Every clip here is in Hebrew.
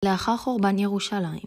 לאחר חורבן ירושלים.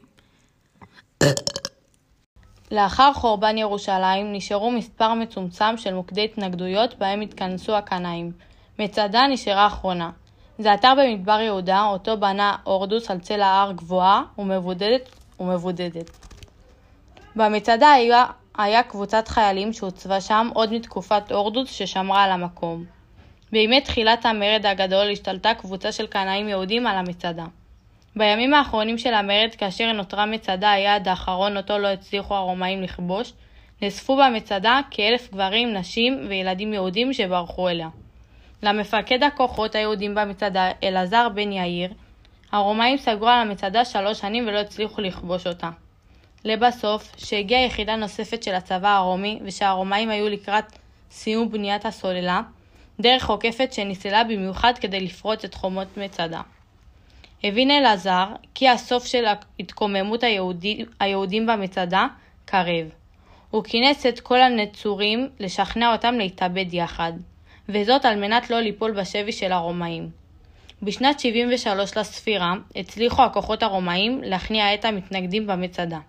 לאחר חורבן ירושלים נשארו מספר מצומצם של מוקדי התנגדויות בהם התכנסו הקנאים. מצדה נשארה אחרונה. זה אתר במדבר יהודה, אותו בנה אורדוס על צל ההר גבוהה ומבודדת. במצדה היה קבוצת חיילים שהוצבה שם עוד מתקופת אורדוס ששמרה על המקום. בימי תחילת המרד הגדול השתלטה קבוצה של קנאים יהודים על המצדה. בימים האחרונים של המרד, כאשר נותרה מצדה היעד האחרון אותו לא הצליחו הרומאים לכבוש, נאספו במצדה כ1,000 גברים, נשים וילדים יהודים שברחו אליה. למפקד הכוחות היהודים במצדה, אלעזר בן יאיר, הרומאים סגרו על המצדה 3 שנים ולא הצליחו לכבוש אותה. לבסוף, שהגיעה יחידה נוספת של הצבא הרומי ושהרומאים היו לקראת סיום בניית הסוללה, דרך עוקפת שניסלה במיוחד כדי לפרוץ את חומות מצדה. הבין אלעזר כי הסוף של התקוממות היהודים במצדה קרב. הוא כינס את כל הנצורים לשכנע אותם להתאבד יחד, וזאת על מנת לא ליפול בשבי של הרומאים. בשנת 73 לספירה הצליחו הכוחות הרומאים להכניע את המתנגדים במצדה.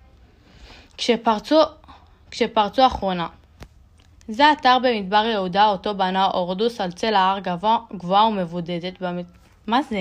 כשפרצו אחרונה. זה אתר במדבר יהודה אותו בנה אורדוס על צל ההר גבוהה ומבודדת מה זה?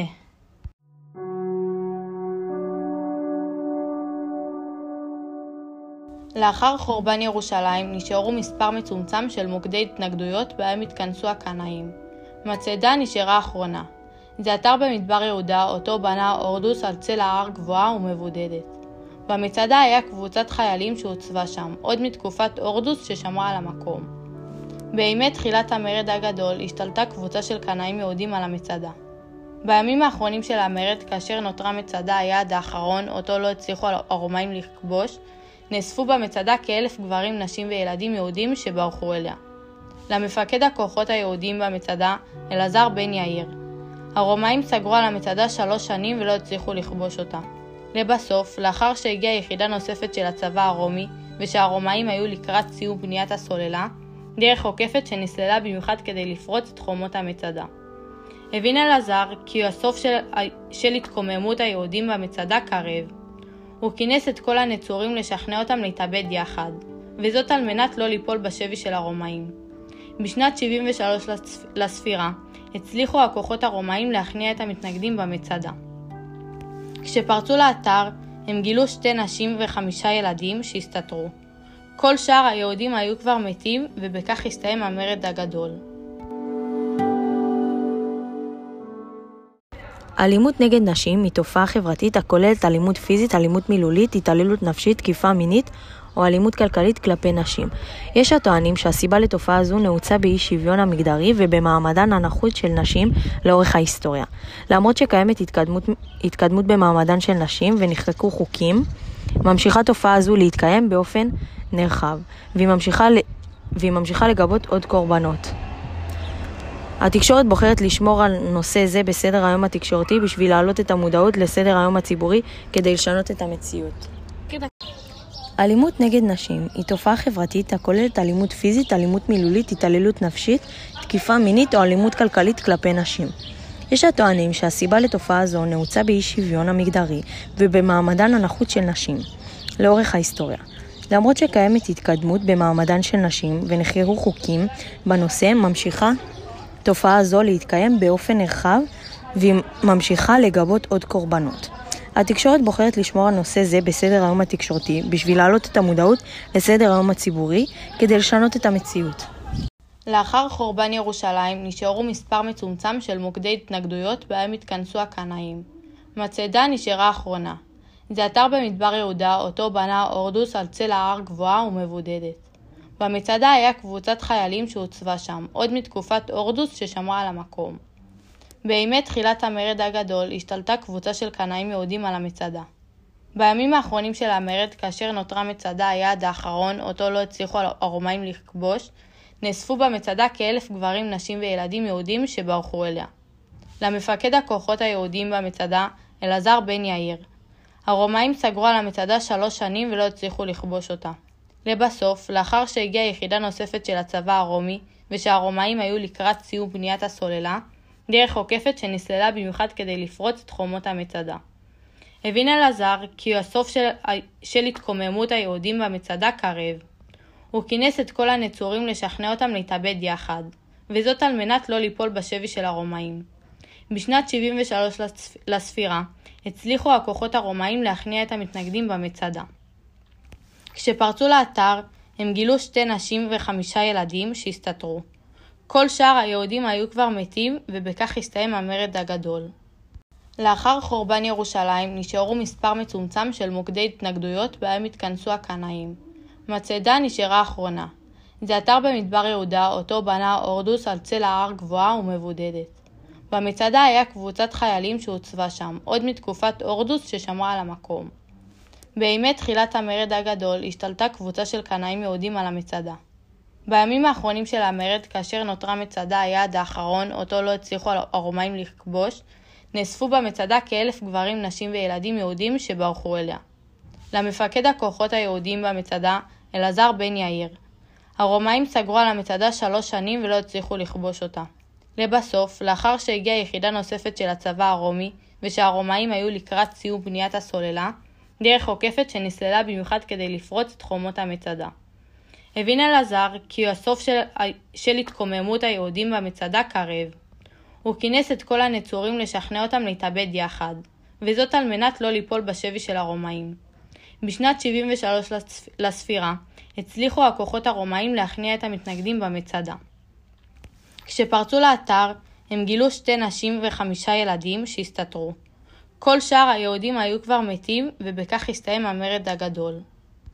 לאחר חורבן ירושלים נשארו מספר מצומצם של מוקדי התנגדויות בהם התכנסו הקנאים. מצדה נשארה אחרונה. זה אתר במדבר יהודה אותו בנה אורדוס על צל ההר גבוהה ומבודדת. במצדה היה קבוצת חיילים שהוצבה שם, עוד מתקופת אורדוס ששמרה על המקום. בימי תחילת המרד הגדול השתלטה קבוצה של קנאים יהודים על המצדה. בימים האחרונים של המרד, כאשר נותרה מצדה היעד האחרון אותו לא הצליחו הרומאים לכבוש, נאספו במצדה כ1,000 גברים, נשים וילדים יהודים שברחו אליה. למפקד הכוחות היהודים במצדה, אלעזר בן יאיר. הרומאים סגרו על המצדה 3 שנים ולא הצליחו לכבוש אותה. לבסוף, לאחר שהגיעה יחידה נוספת של הצבא הרומי ושהרומאים היו לקראת סיום בניית הסוללה, דרך עוקפת שנסללה במיוחד כדי לפרוץ את חומות המצדה. הבין אלעזר כי הסוף של התקוממות היהודים במצדה קרב. הוא כינס את כל הנצורים לשכנע אותם להתאבד יחד, וזאת על מנת לא ליפול בשבי של הרומאים. בשנת 73 לספירה הצליחו הכוחות הרומאים להכניע את המתנגדים במצדה. כשפרצו לאתר הם גילו 2 נשים ו5 ילדים שהסתתרו. כל שאר היהודים היו כבר מתים ובכך הסתיים המרד הגדול. אלימות נגד נשים היא תופעה חברתית הכוללת אלימות פיזית, אלימות מילולית, התעללות נפשית, תקיפה מינית או אלימות כלכלית כלפי נשים. יש הטוענים שהסיבה לתופעה זו נעוצה באי שוויון המגדרי ובמעמדן הנחות של נשים לאורך ההיסטוריה. למרות שקיימת התקדמות במעמדן של נשים ונחקקו חוקים, ממשיכה תופעה זו להתקיים באופן נרחב, והיא ממשיכה לגבות עוד קורבנות. התקשורת בוחרת לשמור על נושא זה בסדר היום התקשורתי בשביל להעלות את המודעות לסדר היום הציבורי כדי לשנות את המציאות. אלימות נגד נשים היא תופעה חברתית הכוללת אלימות פיזית, אלימות מילולית, התעללות נפשית, תקיפה מינית או אלימות כלכלית כלפי נשים. יש הטוענים שהסיבה לתופעה זו נעוצה באי שוויון המגדרי ובמעמדן הנחות של נשים לאורך ההיסטוריה. למרות שקיימת התקדמות במעמדן של נשים ונחקקו חוקים בנושא, ממשיכה תופעה זו להתקיים באופן נרחב והיא ממשיכה לגבות עוד קורבנות. התקשורת בוחרת לשמור על נושא זה בסדר היום התקשורתי בשביל להעלות את המודעות לסדר היום הציבורי כדי לשנות את המציאות. לאחר חורבן ירושלים נשארו מספר מצומצם של מוקדי התנגדויות בהם התכנסו הקנאים. מצדה נשארה אחרונה. זה אתר במדבר יהודה אותו בנה אורדוס על צל ההר גבוהה ומבודדת. במצדה היה קבוצת חיילים שהוצבה שם, עוד מתקופת אורדוס ששמרה על המקום. בימי תחילת המרד הגדול השתלטה קבוצה של קנאים יהודים על המצדה. בימים האחרונים של המרד, כאשר נותרה מצדה היעד האחרון אותו לא הצליחו הרומאים לכבוש, נאספו במצדה כ1,000 גברים, נשים וילדים יהודים שברחו אליה. למפקד הכוחות היהודים במצדה, אלעזר בן יאיר. הרומאים סגרו על המצדה 3 שנים ולא הצליחו לכבוש אותה. לבסוף, לאחר שהגיעה יחידה נוספת של הצבא הרומי ושהרומאים היו לקראת סיום בניית הסוללה, דרך עוקפת שנסללה במיוחד כדי לפרוץ את חומות המצדה. הבין אלעזר כי הסוף של התקוממות היהודים במצדה קרב. הוא כינס את כל הנצורים לשכנע אותם להתאבד יחד, וזאת על מנת לא ליפול בשבי של הרומאים. בשנת 73 לספירה הצליחו הכוחות הרומאים להכניע את המתנגדים במצדה. כשפרצו לאתר הם גילו 2 נשים ו5 ילדים שהסתתרו. כל שאר היהודים היו כבר מתים, ובכך הסתיים המרד הגדול. לאחר חורבן ירושלים נשארו מספר מצומצם של מוקדי התנגדויות בהם התכנסו הקנאים. מצדה נשארה אחרונה. זה אתר במדבר יהודה אותו בנה הורדוס על צל ההר גבוהה ומבודדת. במצדה היה קבוצת חיילים שהוצבה שם, עוד מתקופת הורדוס ששמרה על המקום. בימי תחילת המרד הגדול השתלטה קבוצה של קנאים יהודים על המצדה. בימים האחרונים של המרד, כאשר נותרה מצדה היעד האחרון, אותו לא הצליחו הרומאים לכבוש, נאספו במצדה כ1,000 גברים, נשים וילדים יהודים שברחו אליה. למפקד הכוחות היהודים במצדה, אלעזר בן יאיר. הרומאים סגרו על המצדה 3 שנים ולא הצליחו לכבוש אותה. לבסוף, לאחר שהגיעה יחידה נוספת של הצבא הרומי, ושהרומאים היו לקראת סיום בניית הסוללה, דרך עוקפת שנסללה במיוחד כדי לפרוץ את חומות המצדה. הבין אלעזר כי הסוף של התקוממות היהודים במצדה קרב. הוא כינס את כל הנצורים לשכנע אותם להתאבד יחד, וזאת על מנת לא ליפול בשבי של הרומאים. בשנת 73 לספירה הצליחו הכוחות הרומאים להכניע את המתנגדים במצדה. כשפרצו לאתר הם גילו 2 נשים ו5 ילדים שהסתתרו. כל שאר היהודים היו כבר מתים, ובכך הסתיים המרד הגדול.